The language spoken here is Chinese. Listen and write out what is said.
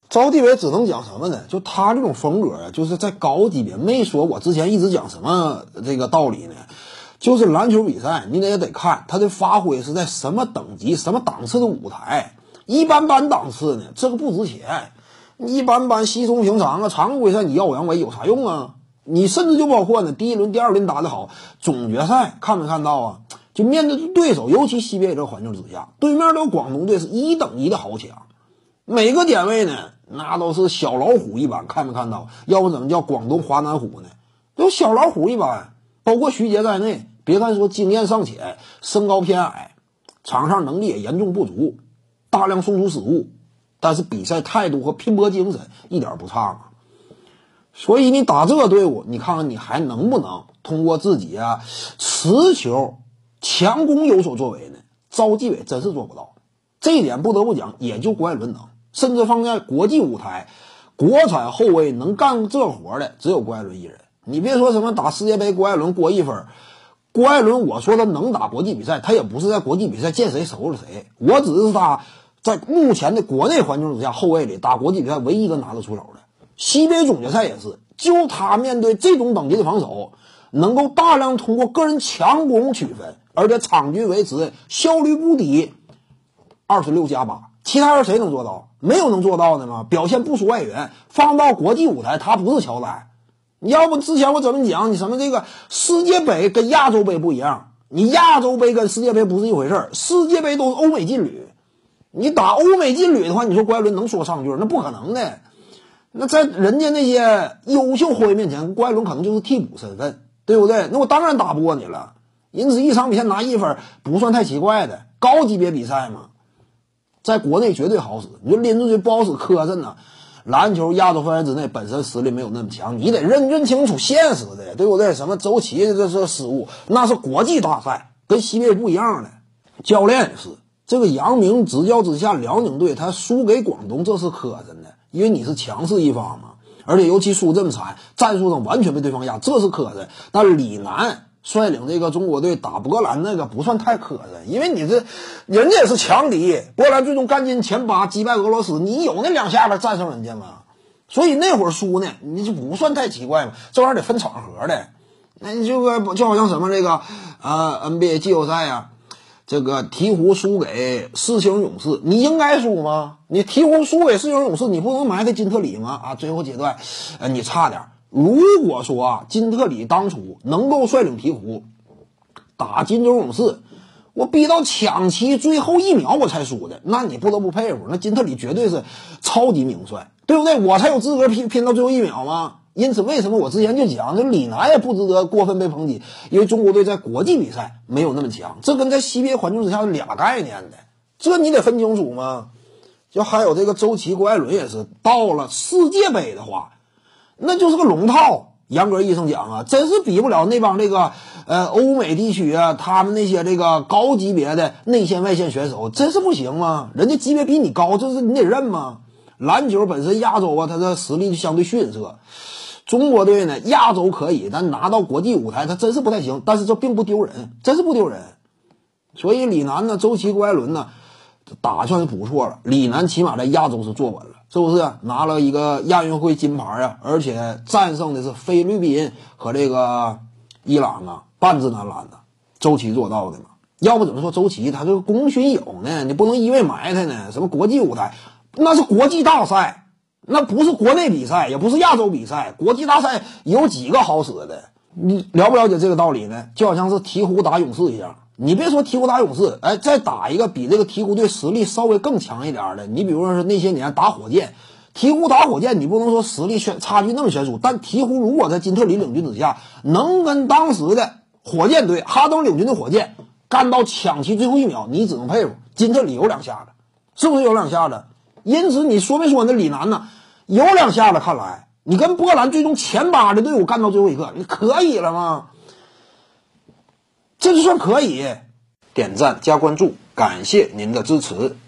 赵继伟只能讲什么呢？就他这种风格啊，就是在高级别没说。我之前一直讲什么这个道理呢？就是篮球比赛，你得看他的发挥是在什么等级、什么档次的舞台。一般般档次呢，这个不值钱。一般般稀松平常啊，常规赛你耀武扬威有啥用啊？你甚至就包括呢，第一轮、第二轮打得好，总决赛看没看到啊？就面对对手，尤其西北这个环境之下，对面的广东队是一等一的豪强，每个点位呢，那都是小老虎一般，看没看到？要不怎么叫广东华南虎呢？都小老虎一般，包括徐杰在内，别看说经验尚浅，身高偏矮，场上能力也严重不足，大量送出失误，但是比赛态度和拼搏精神一点不差啊。所以你打这个队伍，你看看你还能不能通过自己啊持球强攻有所作为呢？赵继伟真是做不到，这一点不得不讲，也就郭艾伦能。甚至放在国际舞台，国产后卫能干这活的只有郭艾伦一人。你别说什么打世界杯郭艾伦过1分，郭艾伦我说他能打国际比赛，他也不是在国际比赛见谁收了谁，我只是他在目前的国内环境之下，后卫里打国际比赛唯一一个拿得出手的。西北总决赛也是，就他面对这种等级的防守，能够大量通过个人强攻取分，而且场均维持效率不低26+8，其他人谁能做到？没有能做到的吗？表现不输外援，放到国际舞台，他不是乔丹。要不之前我怎么讲？你什么这个世界杯跟亚洲杯不一样，你亚洲杯跟世界杯不是一回事，世界杯都是欧美劲旅。你打欧美劲旅的话，你说郭艾伦能说上句？那不可能的。那在人家那些优秀后卫面前，郭艾伦可能就是替补身份，对不对？那我当然打不过你了。因此一场比赛拿1分不算太奇怪的，高级别比赛嘛。在国内绝对好使，你说拎出去不好使磕碜呢。篮球亚洲范围之内本身实力没有那么强，你得认清楚现实的，对不对？什么周琦的这失误，那是国际大赛，跟西北不一样的。教练也是，这个杨明执教之下，辽宁队他输给广东，这是磕碜的，因为你是强势一方嘛，而且尤其输这么惨，战术上完全被对方压，这是磕碜。但李楠率领这个中国队打波兰那个不算太磕碜，因为你这人家也是强敌，波兰最终干进前8击败俄罗斯，你有那2下子战胜人家吗？所以那会儿输呢，你就不算太奇怪嘛，这玩意儿得分场合的。那你就好像什么这个NBA 季后赛啊，这个鹈鹕输给四星勇士，你应该输吗？你鹈鹕输给四星勇士，你不能埋汰金特里吗？啊，最后阶段你差点。如果说啊，金特里当初能够率领鹈鹕打金州勇士，我逼到抢七最后1秒我才输的，那你不得不佩服，那金特里绝对是超级名帅，对不对？我才有资格拼到最后1秒吗？因此为什么我之前就讲，这李楠也不值得过分被抨击，因为中国队在国际比赛没有那么强，这跟在西边环境之下是俩概念的，这你得分清楚吗？就还有这个周琦、郭艾伦也是，到了世界杯的话，那就是个龙套。严格意义上讲啊，真是比不了那帮这个欧美地区啊，他们那些这个高级别的内线外线选手，真是不行吗？人家级别比你高，这是你得认吗？篮球本身亚洲啊，它的实力就相对逊色。中国队呢，亚洲可以，但拿到国际舞台，它真是不太行。但是这并不丢人，真是不丢人。所以李楠呢，周琦、郭艾伦呢，打算是不错了。李楠起码在亚洲是坐稳了，是不是？拿了一个亚运会金牌啊，而且战胜的是菲律宾和这个伊朗啊，半支男篮的，周琦做到的嘛。要不怎么说周琦他这个功勋有呢？你不能一味埋汰呢。什么国际舞台，那是国际大赛，那不是国内比赛，也不是亚洲比赛。国际大赛有几个好使的？你了不了解这个道理呢？就好像是鹈鹕打勇士一样。你别说鹈鹕打勇士，哎，再打一个比这个鹈鹕队实力稍微更强一点的，你比如说是那些年打火箭，鹈鹕打火箭，你不能说实力差距那么悬殊，但鹈鹕如果在金特里领军之下，能跟当时的火箭队哈登领军的火箭干到抢七最后1秒，你只能佩服。金特里有2下子，是不是有2下子？因此你说没说那李楠呢？有2下子，看来你跟波兰最终前8的队伍干到最后一刻，你可以了吗？这就算可以。点赞加关注，感谢您的支持。